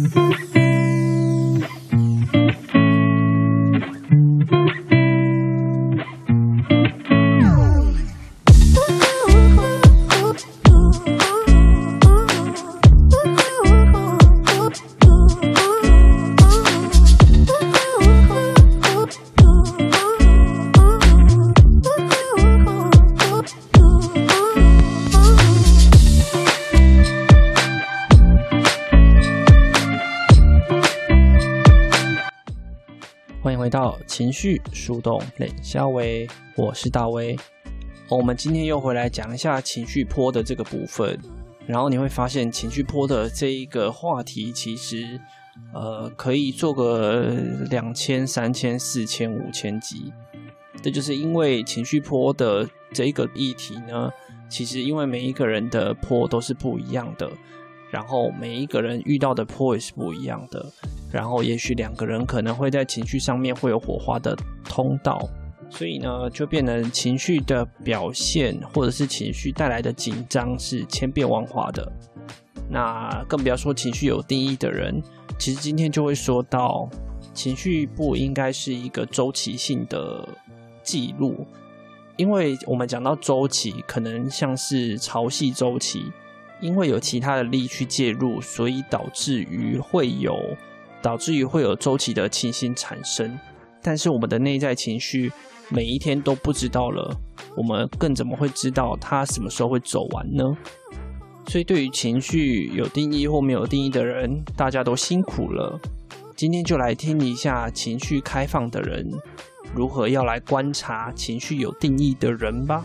欢迎回到情绪树洞冷肖维，我是大威。我们今天又回来讲一下情绪波的这个部分，然后你会发现情绪波的这一个话题其实可以做个2000、3000、4000、5000集。这就是因为情绪波的这一个议题呢，其实因为每一个人的波都是不一样的，然后每一个人遇到的波也是不一样的，然后也许两个人可能会在情绪上面会有火花的通道，所以呢就变成情绪的表现或者是情绪带来的紧张是千变万化的。那更不要说情绪有定义的人，其实今天就会说到情绪不应该是一个周期性的记录，因为我们讲到周期可能像是潮汐周期，因为有其他的力去介入，所以导致于会有周期的情形产生。但是我们的内在情绪每一天都不知道了，我们更怎么会知道它什么时候会走完呢？所以对于情绪有定义或没有定义的人，大家都辛苦了。今天就来听一下情绪开放的人如何要来观察情绪有定义的人吧。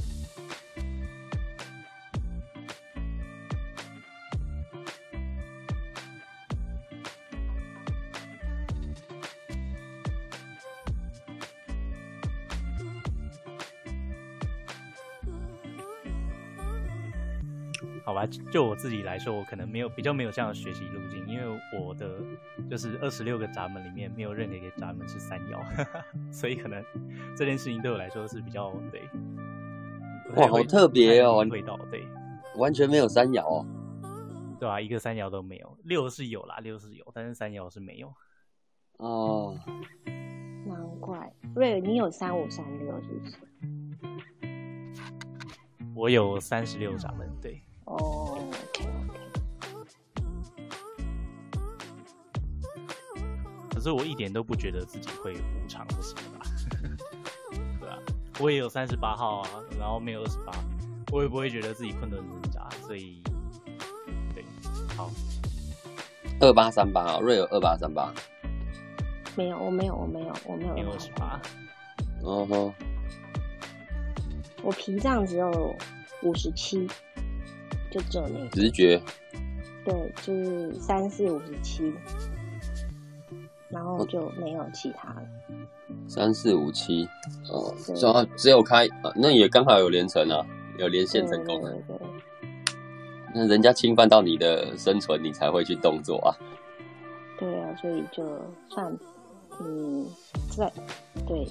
好吧，就我自己来说，我可能比较没有这样的学习路径，因为我的就是26个闸门里面没有任何一个闸门是3爻，所以可能这件事情对我来说是比较对。 哇，好特别哦！ 味道对， 完全没有3爻哦。 对啊，一个3爻都没有，6是有啦，6是有，但是3爻是没有。 哦， 难怪。瑞尔，你有3536是不是？ 我有36闸门，对。 哦 ，OK。 可是我一点都不觉得自己会无常或什么的，对啊，我也有38号啊，然后没有28，我也不会觉得自己困得很挣扎，所以，对，好。 2838啊，瑞尔2838。 没有，我没有没有28。 哦吼。 我脾脏只有57，就只有那个直觉。对， 就是3457，然后就没有其他了。 3457，哦，只有开，那也刚好有连成啊，有连线成功了。对。那人家侵犯到你的生存，你才会去动作啊。 对啊，所以就算，对。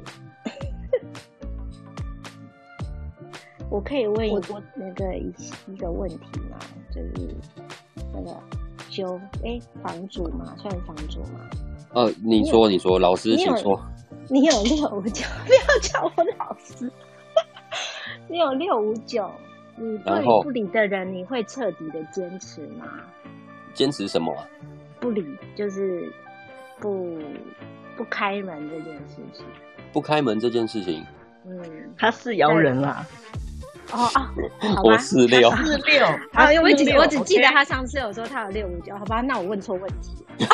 我可以问一个问题吗？就是那个房主嘛，算房主嘛？ 你说，老师请说。 你有659，不要叫我老师。你有659，你对不理的人，你会彻底的坚持吗？ 坚持什么啊？ 不理，就是不开门这件事情。 不开门这件事情， 他是摇人啦。 好吧， 我46， 我只记得他上次有说他有659，好吧，那我问错问题了。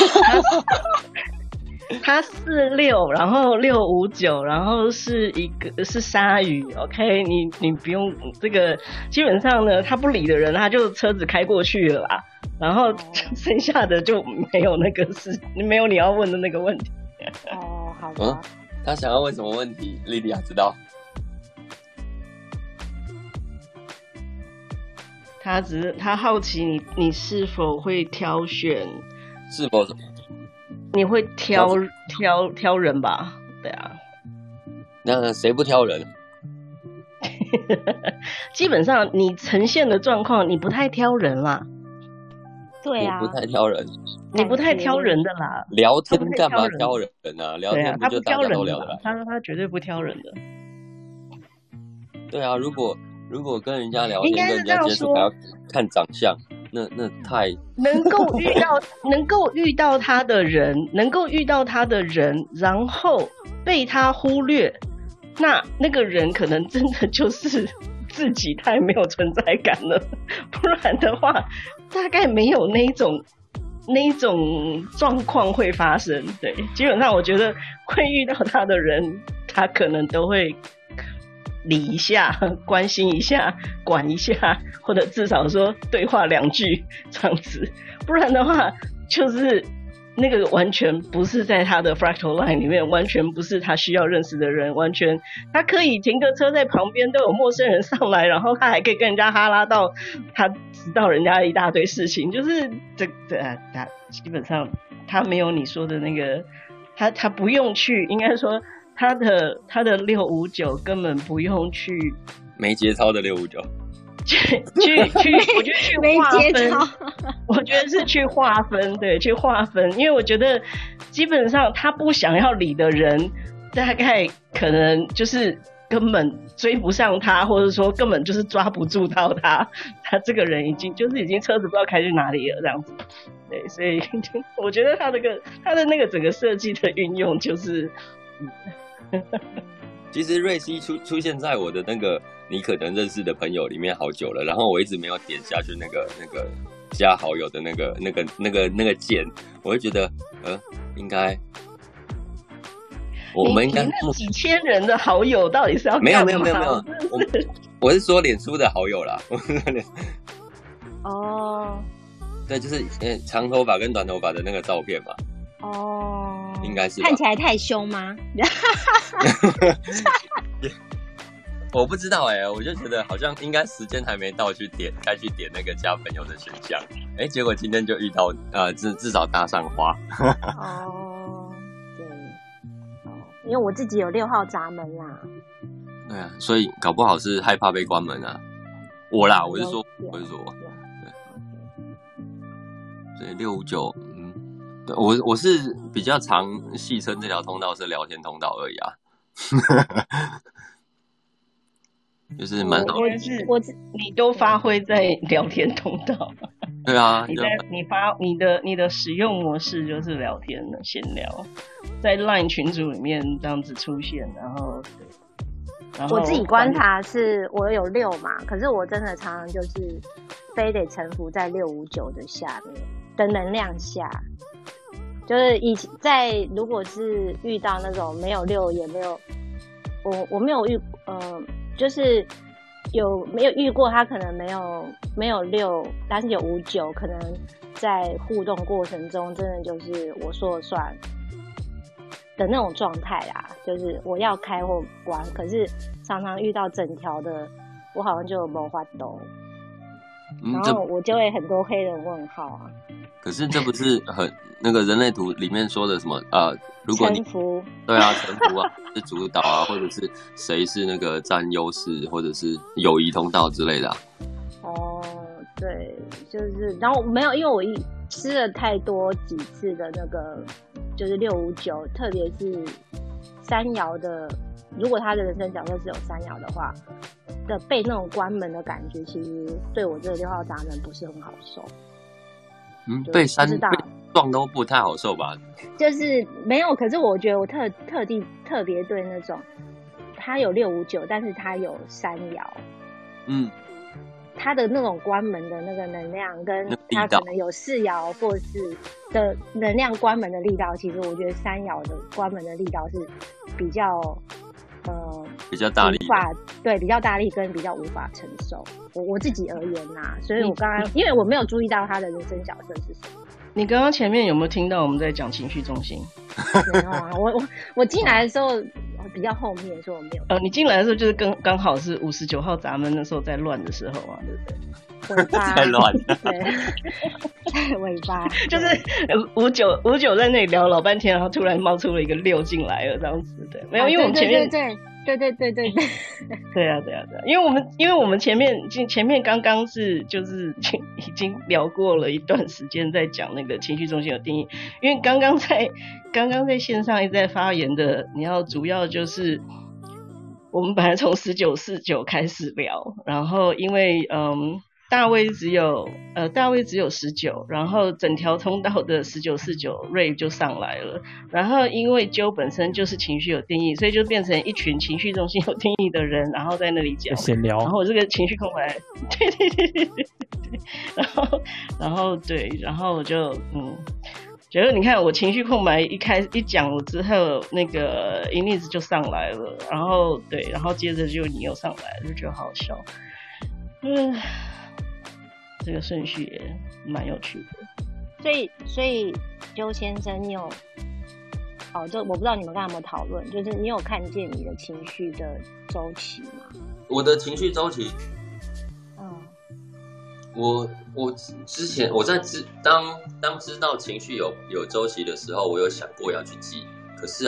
他46，然后659，然后是鲨鱼 ，OK， 你不用这个，基本上呢，他不理的人，他就车子开过去了啦，然后剩下的就没有那个事，没有你要问的那个问题。 哦，好的。 他想要问什么问题？莉莉亚知道。 他好奇你是否会挑选， 是否你会挑人吧？对啊， 那谁不挑人？ 基本上你呈现的状况，你不太挑人啦。 对啊， 我不太挑人。 你不太挑人的啦， 聊天干嘛挑人啊？聊天不就大家都聊得来。 他绝对不挑人的。 对啊，如果跟人家聊天，跟人家接触还要看长相，那太能够遇到他的人，然后被他忽略，那个人可能真的就是自己太没有存在感了，不然的话，大概没有那一种状况会发生。对，基本上我觉得会遇到他的人，他可能都会理一下，关心一下，管一下，或者至少说对话2句这样子，不然的话就是那个完全不是在他的 fractal line 里面，完全不是他需要认识的人，完全他可以停个车在旁边都有陌生人上来，然后他还可以跟人家哈拉到他知道人家一大堆事情，就是他基本上他没有你说的那个，他不用去，应该说他的659根本不用去没节操的659。 去，我觉得去划分，我觉得是去划分，对，去划分，因为我觉得基本上他不想要理的人，大概可能就是根本追不上他，或者说根本就是抓不住到他这个人已经车子不知道开去哪里了这样子，对，所以我觉得他的那个整个设计的运用就是。 其实瑞希出现在我的那个你可能认识的朋友里面好久了，然后我一直没有点下去那个加好友的那个键，我会觉得应该我们应该那几千人的好友到底是要没有，我是说脸书的好友啦。 哦， 对，就是长头发跟短头发的那个照片嘛。 哦， 应该是吧。 看起来太凶吗？ 我不知道我就觉得好像应该时间还没到该去点那个加朋友的选项，结果今天就遇到至少搭上花。 哦，对，因为我自己有6号闸门啦。 对啊，所以搞不好是害怕被关门啊。我是说，对，所以659，对，我是比较常戏称这条通道是聊天通道而已啊。就是蛮好的，你都发挥在聊天通道。 对啊， 你的使用模式就是聊天的闲聊，在 LINE 群组里面这样子出现，然后我自己观察是我有6嘛，可是我真的常常就是非得臣服在659的下面的能量下，就是如果是遇到那种没有6也没有我没有就是没有遇过他可能没有6，但是有59，可能在互动过程中真的就是我说了算的那种状态啦，就是我要开或关，可是常常遇到整条的，我好像就没法动，然后我就会很多黑人问号啊。 可是这不是很那个人类图里面说的什么如果你臣服， 对啊，臣服啊，是主导啊，或者是谁是那个占优势，或者是友谊通道之类的哦，对，就是，然后没有，因为我吃了太多几次的那个，就是659，特别是三爻的，如果他的人生角色是有三爻的话，的被那种关门的感觉，其实对我这个6号闸门不是很好受。 被撞都不太好受吧？ 就是没有，可是我觉得我特别对那种他有659，但是他有三爻，他的那种关门的那个能量，跟他可能有4爻或是的能量关门的力道，其实我觉得三爻的关门的力道是比较大力， 对，比较大力跟比较无法承受。我自己而言啦，所以我刚刚因为我没有注意到他的人生角色是什么。 你刚刚前面有没有听到我们在讲情绪中心？ 没有啊，我进来的时候比较后面，所以我没有。 你进来的时候就是刚好是59号闸门那时候在乱的时候嘛，对不对？ 尾巴太乱了， 对，尾巴就是59在那里聊老半天，然后突然冒出了一个6进来了，这样子，对，没有，因为我们前面对对对对对对， 对啊，因为我们前面刚刚是就是已经聊过了一段时间在讲那个情绪中心的定义，因为刚刚在线上一直在发言的，你要主要就是我们本来从1949开始聊，然后因为大卫只有19，然后整条通道的1949 Ray 就上来了，然后因为Joe本身就是情绪有定义，所以就变成一群情绪中心有定义的人，然后在那里讲闲聊， 然后我这个情绪空白，对，然后对，然后我就觉得你看我情绪空白一讲了之后，那个Ines就上来了，然后对，然后接着就你又上来了，就觉得好好笑，这个顺序也蛮有趣的。 所以周先生你有这我不知道你们刚才有没有讨论，就是你有看见你的情绪的周期吗？ 我的情绪周期，我之前我在当知道情绪有周期的时候，我有想过要去记，可是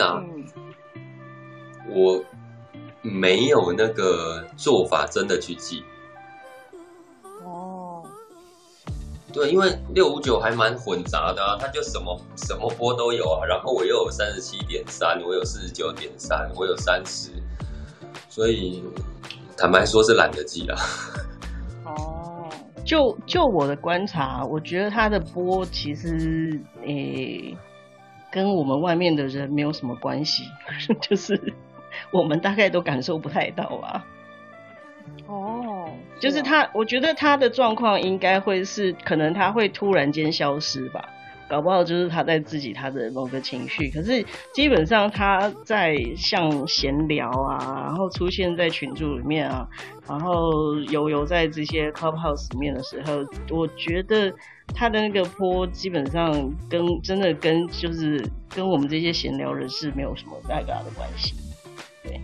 我没有那个做法真的去记。对，因为659还蛮混杂的啊，它就什么波都有啊。然后我又有37.3，我有49.3，我有30，所以坦白说是懒得记啦。 就我的观察，我觉得它的波其实跟我们外面的人没有什么关系，就是我们大概都感受不太到吧。就是我觉得他的状况应该会是，可能他会突然间消失吧，搞不好就是他在自己他的某个情绪，可是基本上他在像闲聊啊，然后出现在群组里面啊，然后有在这些 Clubhouse 里面的时候，我觉得他的那个波基本上真的就是跟我们这些闲聊人士没有什么太大的关系。对，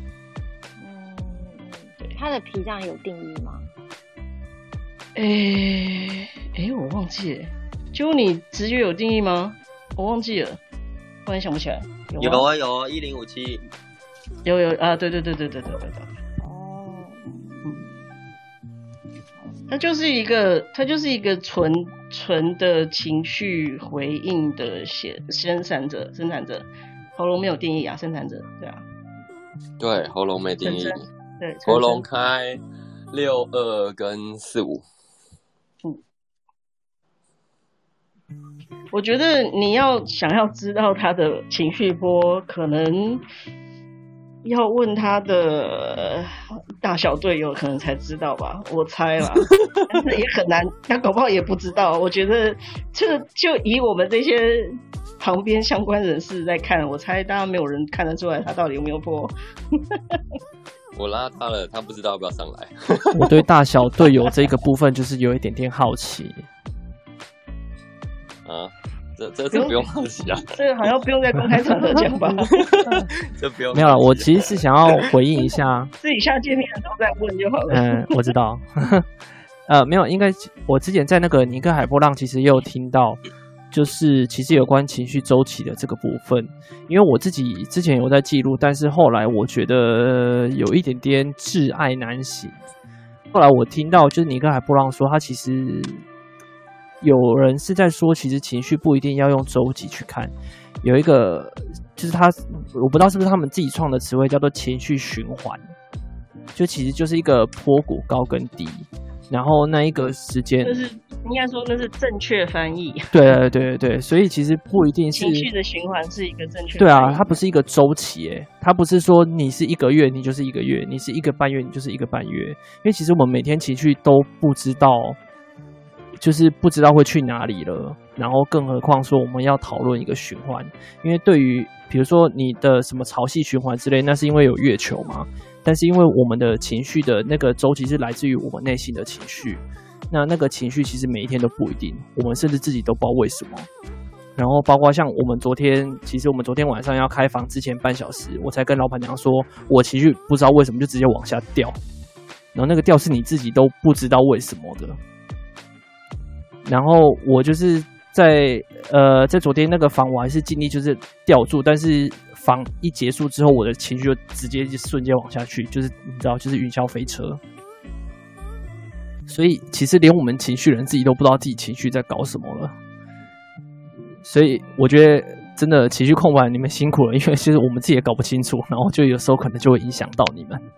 对，他的脾脏有定义吗？ 我忘记了，就你直觉有定义吗？我忘记了，突然想不起来。 有啊1057， 有啊，对。它就是一个纯的情绪回应的生产者，喉咙没有定义啊，生产者，对啊， 对，喉咙没定义， 对， 喉咙开62跟45。 我觉得你想要知道他的情绪波，可能要问他的大小队友，可能才知道吧，我猜啦。但是也很难，他搞不好也不知道。我觉得就以我们这些旁边相关人士在看，我猜大家没有人看得出来他到底有没有波。 我拉他了，他不知道要不要上来。 我对大小队友这个部分就是有一点点好奇。 这不用好奇啊， 这个好像不用在公开场合讲吧？ 这不用。 没有了，我其实是想要回应一下， 私底下见面的时候再问就好了。 我知道。没有，应该我之前在那个尼克海波浪其实也有听到，就是其实有关情绪周期的这个部分，因为我自己之前有在记录，但是后来我觉得有一点点挚爱难行。后来我听到就是尼克海波浪说，他其实有人是在说，其实情绪不一定要用周期去看，有一个就是我不知道是不是他们自己创的词汇，叫做情绪循环，就其实就是一个波谷高跟低，然后那一个时间， 就是应该说那是正确翻译。 对，所以其实不一定是情绪的循环是一个正确翻译。 对啊，它不是一个周期，它不是说你是1个月你就是1个月，你是1个半月你就是1个半月，因为其实我们每天情绪都不知道。就是不知道会去哪里了，然后更何况说我们要讨论一个循环，因为对于比如说你的什么潮汐循环之类，那是因为有月球嘛，但是因为我们的情绪的那个周期是来自于我们内心的情绪，那个情绪其实每一天都不一定，我们甚至自己都不知道为什么。然后包括像我们昨天晚上要开房之前半小时，我才跟老板娘说我情绪不知道为什么就直接往下掉，然后那个掉是你自己都不知道为什么的。然后我就是在昨天那个房我还是尽力就是吊住，但是房一结束之后，我的情绪就直接就瞬间往下去，就是你知道，就是云霄飞车。所以其实连我们情绪人自己都不知道自己情绪在搞什么了。所以我觉得真的情绪控管你们辛苦了，因为其实我们自己也搞不清楚，然后就有时候可能就会影响到你们。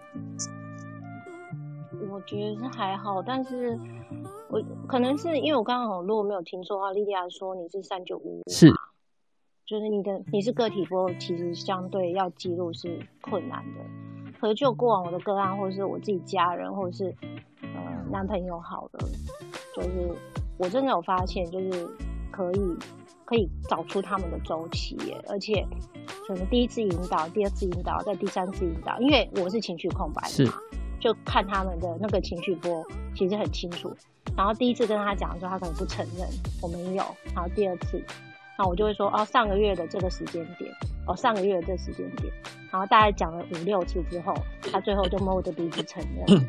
我觉得是还好，但是我可能是因为我刚好如果没有听错的话，莉莉娅说你是3955， 是， 就是你是个体波，其实相对要记录是困难的。可是就过往我的个案，或者是我自己家人，或者是男朋友好了，就是我真的有发现，就是可以找出他们的周期耶，而且可能第一次引导，第二次引导，再第三次引导，因为我是情绪空白的嘛，就看他们的那个情绪波其实很清楚。然后第一次跟他讲的时候，他可能不承认我没有，然后第二次，然后我就会说上个月的这个时间点，上个月的这个时间点，然后大概讲了5、6次之后，他最后就摸着鼻子承认，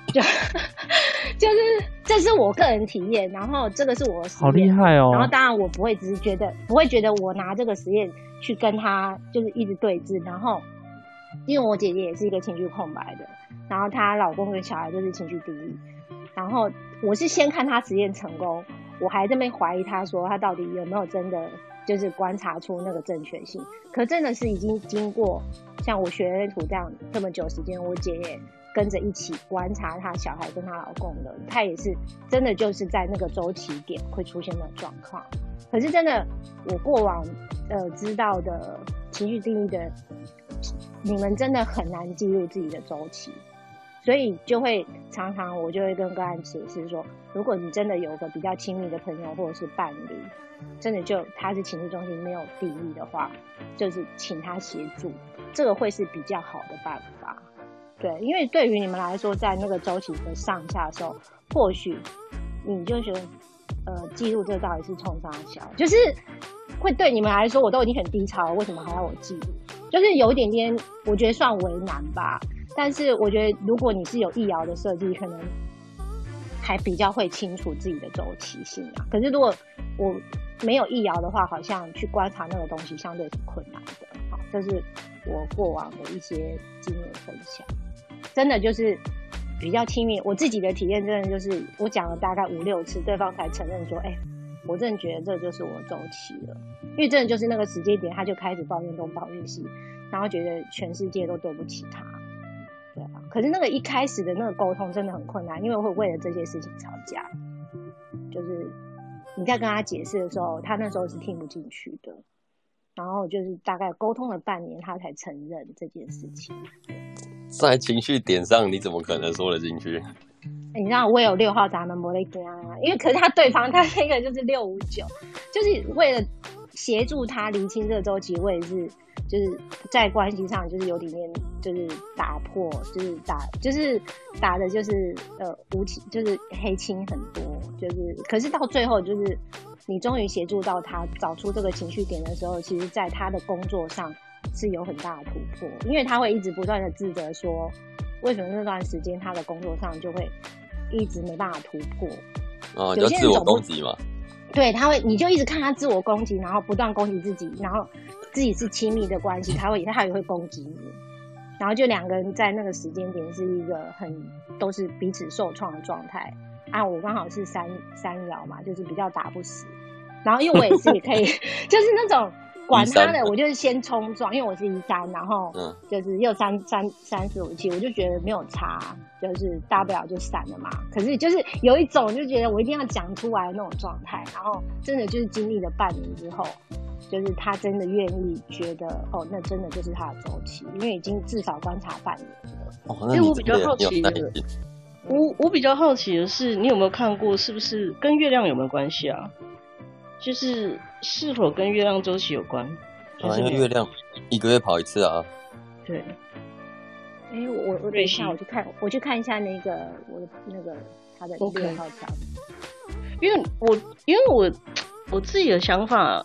就是这是我个人体验，然后这个是我的实验， 好厉害哦。 然后当然我不会觉得我拿这个实验去跟他就是一直对峙，然后因为我姐姐也是一个情绪空白的，然后她老公跟小孩就是情绪低落，然后我是先看她实验成功，我还在那边怀疑她说她到底有没有真的就是观察出那个正确性，可真的是已经经过像我学人类图这么久时间，我姐也跟着一起观察她小孩跟她老公的，她也是真的就是在那个周期点会出现的状况。可是真的我过往知道的情绪定义的，你们真的很难记录自己的周期，所以就会常常我就会跟个案解释说，如果你真的有个比较亲密的朋友或者是伴侣，真的就他是情绪中心没有定义的话，就是请他协助，这个会是比较好的办法。对，因为对于你们来说，在那个周期的上下的时候，或许你就觉得记录这到底是冲啥小，就是会对你们来说我都已经很低潮了，为什么还要我记录，就是有一点点我觉得算为难吧。但是我觉得如果你是有易遥的设计，可能还比较会清楚自己的周期性啊。可是如果我没有易遥的话，好像去观察那个东西相对是困难的。好，这是我过往的一些经验分享。真的就是比较亲密，我自己的体验真的就是我讲了大概5、6次，对方才承认说，我真的觉得这就是我周期了。因为真的就是那个时间点，他就开始抱怨东抱怨西，然后觉得全世界都对不起他。对啊，可是那个一开始的那个沟通真的很困难，因为会为了这些事情吵架。就是你在跟他解释的时候，他那时候是听不进去的，然后就是大概沟通了半年，他才承认这件事情。 在情绪点上，你怎么可能说得进去？ 你知道我有6号闸门没在跟啊，因为可是他对方他那个就是659，就是为了协助他厘清这个周期，我也是就是在关系上就是有点点就是打破，就是打的就是无情，就是黑青很多，就是可是到最后就是你终于协助到他找出这个情绪点的时候，其实在他的工作上是有很大的突破，因为他会一直不断的自责说，为什么那段时间他的工作上就会一直没办法突破。 就自我攻击嘛。 对，你就一直看他自我攻击，然后不断攻击自己，然后自己是亲密的关系，他也会攻击你，然后就2个人在那个时间点是一个都是彼此受创的状态啊。我刚好是三爻嘛，就是比较打不死，然后因为我也是也可以就是那种管他的，我就是先冲撞，因为我是13，然后就是又3、4、5、7，我就觉得没有差，就是大不了就散了嘛。可是就是有一种就觉得我一定要讲出来的那种状态，然后真的就是经历了半年之后，就是他真的愿意觉得那真的就是他的周期，因为已经至少观察半年了。 所以我比较好奇的，我比较好奇的是，你有没有看过是不是跟月亮有没有关系啊？就是是否跟月亮周期有关？ 因为月亮1个月跑1次啊。对。 我等一下我去看一下那个我的那个他的6号条。 因为我自己的想法，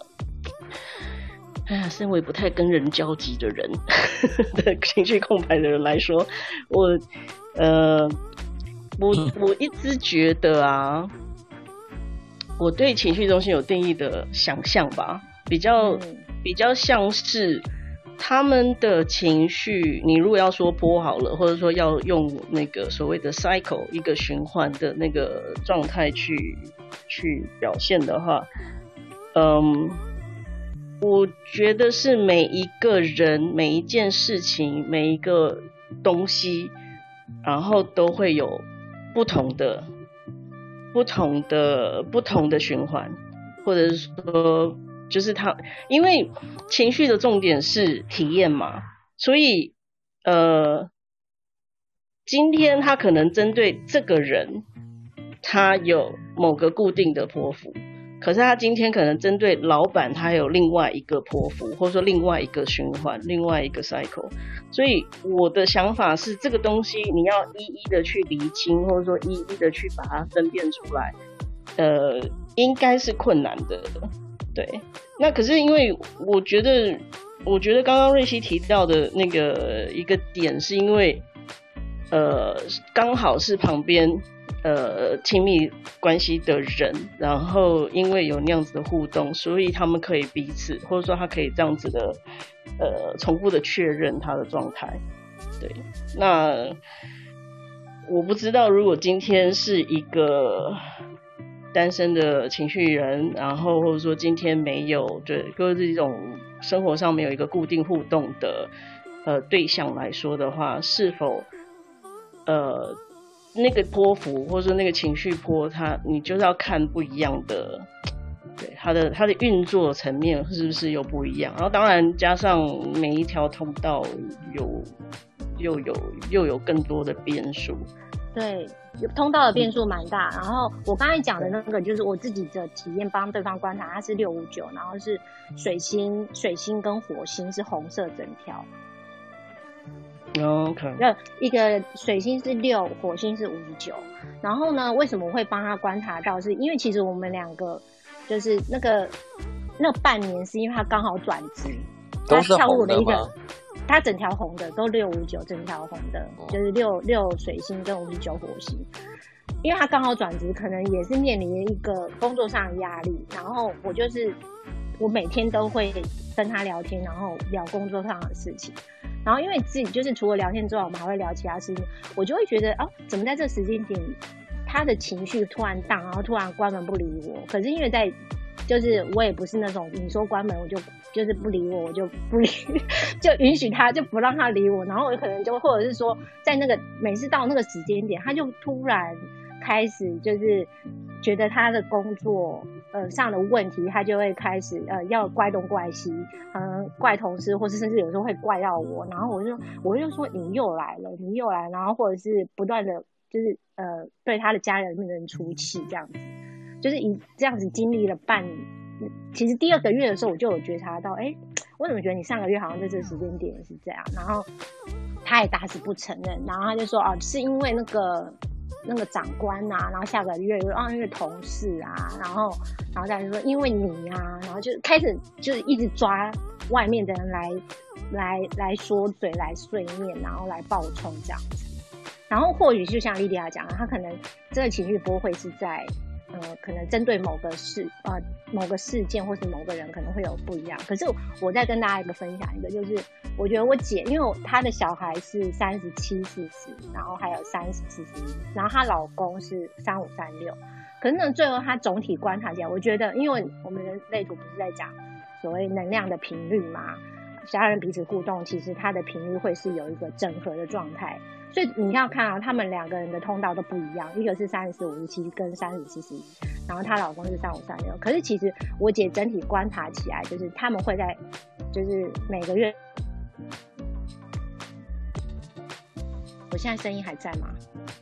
身为不太跟人交集的人的情绪空白的人来说，我一直觉得啊。 我对情绪中心有定义的想象吧，比较像是他们的情绪，你如果要说波好了，或者说要用那个所谓的 cycle 一个循环的那个状态去表现的话，我觉得是每一个人、每一件事情、每一个东西，然后都会有不同的循环，或者是说，就是它，因为情绪的重点是体验嘛，所以今天他可能针对这个人，他有某个固定的波幅。可是他今天可能针对老板，他有另外一个波幅，或者说另外一个循环，另外一个 cycle。所以我的想法是，这个东西你要一一的去厘清，或者说一一的去把它分辨出来，应该是困难的。对，那可是因为我觉得刚刚瑞希提到的那个一个点，是因为刚好是旁边亲密关系的人，然后因为有那样子的互动，所以他们可以彼此，或者说他可以这样子的重复的确认他的状态。对，那我不知道如果今天是一个单身的情绪人，然后或者说今天没有对，就是这种生活上没有一个固定互动的对象来说的话，是否那个波幅或者说那个情绪波，你就是要看不一样的，对它的运作层面是不是又不一样？然后当然加上每一条通道又有更多的变数。 对，通道的变数蛮大。然后我刚才讲的那个就是我自己的体验，帮对方观察，它是659，然后是水星跟火星是红色整条。 OK， 一个水星是6，火星是59。然后呢，为什么我会帮他观察到？是因为其实我们两个就是那个半年，是因为他刚好转职， 都是红的吗？ 他整条红的，都659，整条红的，就是6水星跟59火星。因为他刚好转职，可能也是面临一个工作上的压力，然后我每天都会跟他聊天，然后聊工作上的事情。然后因为自己就是除了聊天之外，我们还会聊其他事情，我就会觉得怎么在这个时间点，他的情绪突然荡，然后突然关门不理我。可是因为就是我也不是那种你说关门我就是不理我，我就不理，就允许他，就不让他理我。然后我可能就或者是说，在那个每次到那个时间点，他就突然开始就是觉得他的工作上的问题，他就会开始要怪东怪西，怪同事，或是甚至有时候会怪到我。然后我就说你又来了，然后或者是不断的就是对他的家人出气这样子，就是这样子经历了半年。其实第2个月的时候我就有觉察到，我怎么觉得你上个月好像在这个时间点也是这样。然后他也打死不承认，然后他就说是因为那个长官啊，然后下个月因为同事啊，然后再来说因为你啊，然后就开始就是一直抓外面的人来说嘴，来碎念，然后来爆冲这样子。然后或许就像莉迪亚讲的，他可能这个情绪波会是在可能针对某个事件或是某个人可能会有不一样。可是我再跟大家一个分享一个，就是我觉得我姐，因为她的小孩是37、40，然后还有30、41，然后她老公是35、36。可是呢，最后她总体观察起来，我觉得，因为我们人类图不是在讲所谓能量的频率嘛，家人彼此互动，其实它的频率会是有一个整合的状态。所以你要看他们2个人的通道都不一样，一个是34、57跟30、41，然后她老公是35、36。可是其实我姐整体观察起来，就是他们会在，就是每个月。我现在声音还在吗？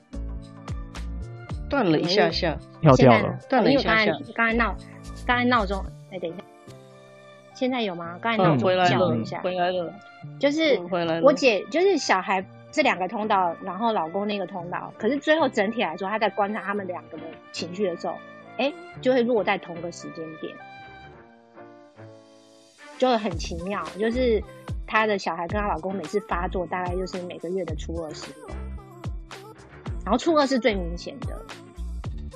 断了一下下， 跳掉了， 断了一下下。 刚才闹钟，等一下，现在有吗？刚才闹钟叫了一下， 回来了， 就是我姐就是小孩。这2个通道，然后老公那个通道，可是最后整体来说，他在观察他们2个的情绪的时候，就会落在同个时间点，就会很奇妙。就是她的小孩跟她老公每次发作，大概就是每个月的初2、16，然后初2是最明显的。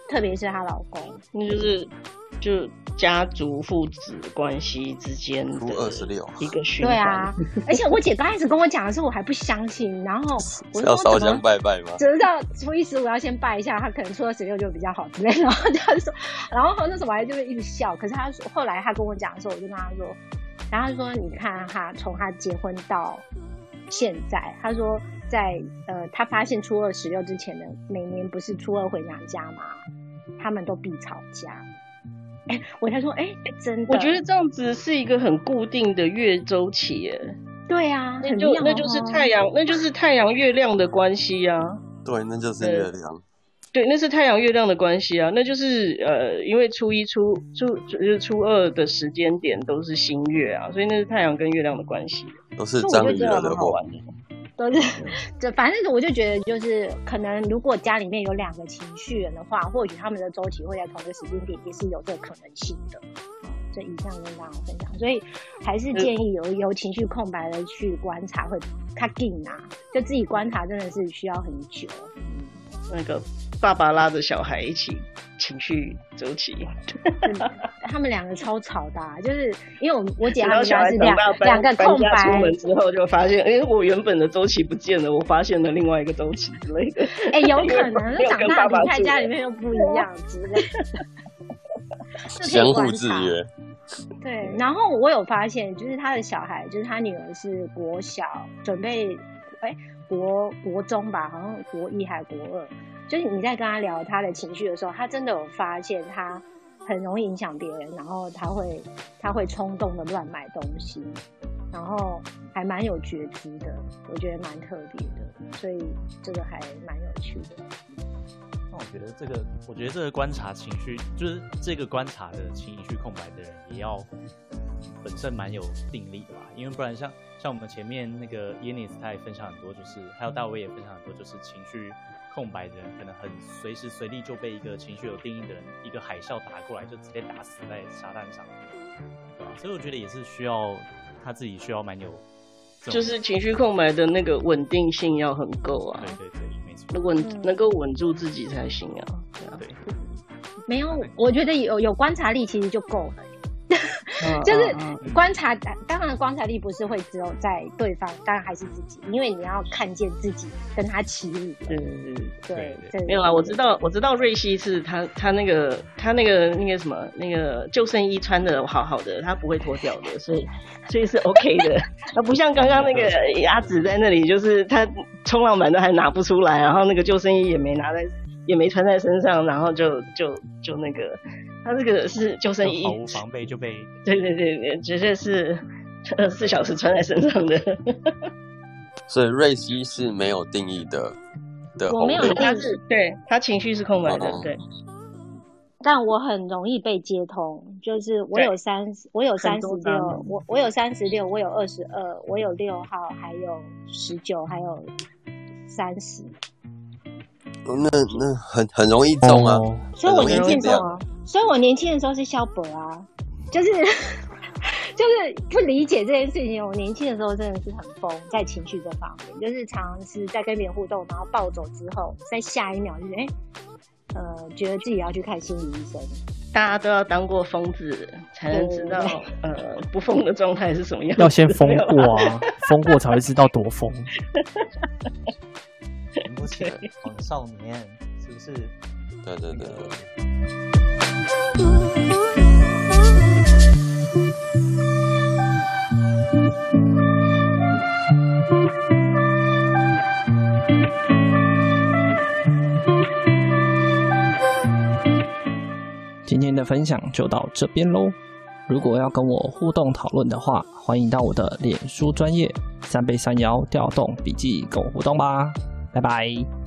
特别是她老公， 那就家族父子关系之间的一个循环。 对啊，而且我姐刚开始跟我讲的时候，我还不相信，然后我要烧香拜拜吗？ 只知道初一15要先拜一下，他可能初2、16就比较好之类的。然后他就说，然后那时候我还就一直笑。可是他说，后来他跟我讲的时候，我就跟他说，然后他说，你看他从他结婚到现在，他说他发现初2、16之前的每年不是初2回娘家吗？他们都必吵架。我才说，真的， 我觉得这样子是一个很固定的月周期耶。 对啊， 那就是太阳月亮的关系啊。 对，那就是月亮。 对，那是太阳月亮的关系啊。那就是因为初1、初2的时间点都是新月啊，所以那是太阳跟月亮的关系。 都是章鱼惹的祸。 都是，反正我就觉得，就是可能如果家里面有2个情绪人的话，或许他们的周期会在同一个时间点，也是有这个可能性的。这以上跟大家分享，所以还是建议有情绪空白的去观察会较紧啊，就自己观察真的是需要很久。 那个爸爸拉着小孩一起情绪周期， 他们2个超吵的就是因为我姐他们家是两个空白， 出门之后就发现，我原本的周期不见了，我发现了另外一个周期之类的。 有可能长大离开家里面又不一样之类的， 相互制约。 对，然后我有发现，就是他的小孩，就是他女儿是国小准备，国中吧，好像国1还国2。就是你在跟他聊他的情绪的时候，他真的有发现他很容易影响别人，然后他会冲动的乱买东西，然后还蛮有觉知的，我觉得蛮特别的，所以这个还蛮有趣的。 那我觉得这个观察情绪，就是这个观察的情绪空白的人，也要本身蛮有定力的吧，因为不然像我们前面那个 Yannis 他也分享很多，就是还有大卫也分享很多，就是情绪空白的人可能很随时随地就被一个情绪有定义的人一个海啸打过来，就直接打死在沙滩上，对吧？所以我觉得也是需要他自己需要蛮有， 就是情绪空白的那个稳定性要很够啊。 对，没错， 能够稳住自己才行啊。 对， 没有，我觉得有观察力其实就够了。就是观察，当然观察力不是会只有在对方，当然还是自己，因为你要看见自己跟他齐舞。对， 没有啊，我知道瑞希是他那个什么那个救生衣穿的好好的，他不会脱掉的，所以是 OK 的。他不像刚刚那个鸭子在那里，就是他冲浪板都还拿不出来，然后那个救生衣也没穿在身上，然后就那个。他这个是救生衣， 毫无防备就被对，绝对是24小时穿在身上的。 所以瑞希是没有定义的我没有定义， 对，他情绪是空白的，对。 但我很容易被接通，就是我有36，我有36，我有22，我有6号，还有19，还有30。 那很容易中啊， 所以我年轻的时候，是萧伯啊，就是不理解这件事情。我年轻的时候真的是很疯，在情绪这方面，就是常常是在跟别人互动，然后暴走之后，在下一秒就是觉得自己要去看心理医生。 大家都要当过疯子，才能知道不疯的状态是什么样子。 要先疯过啊，疯过才会知道多疯。 挺不起的黄少年，是不是？ 对。 今天的分享就到这边咯。如果要跟我互动讨论的话，欢迎到我的脸书专页3杯3摇调动笔记跟我互动吧。拜拜。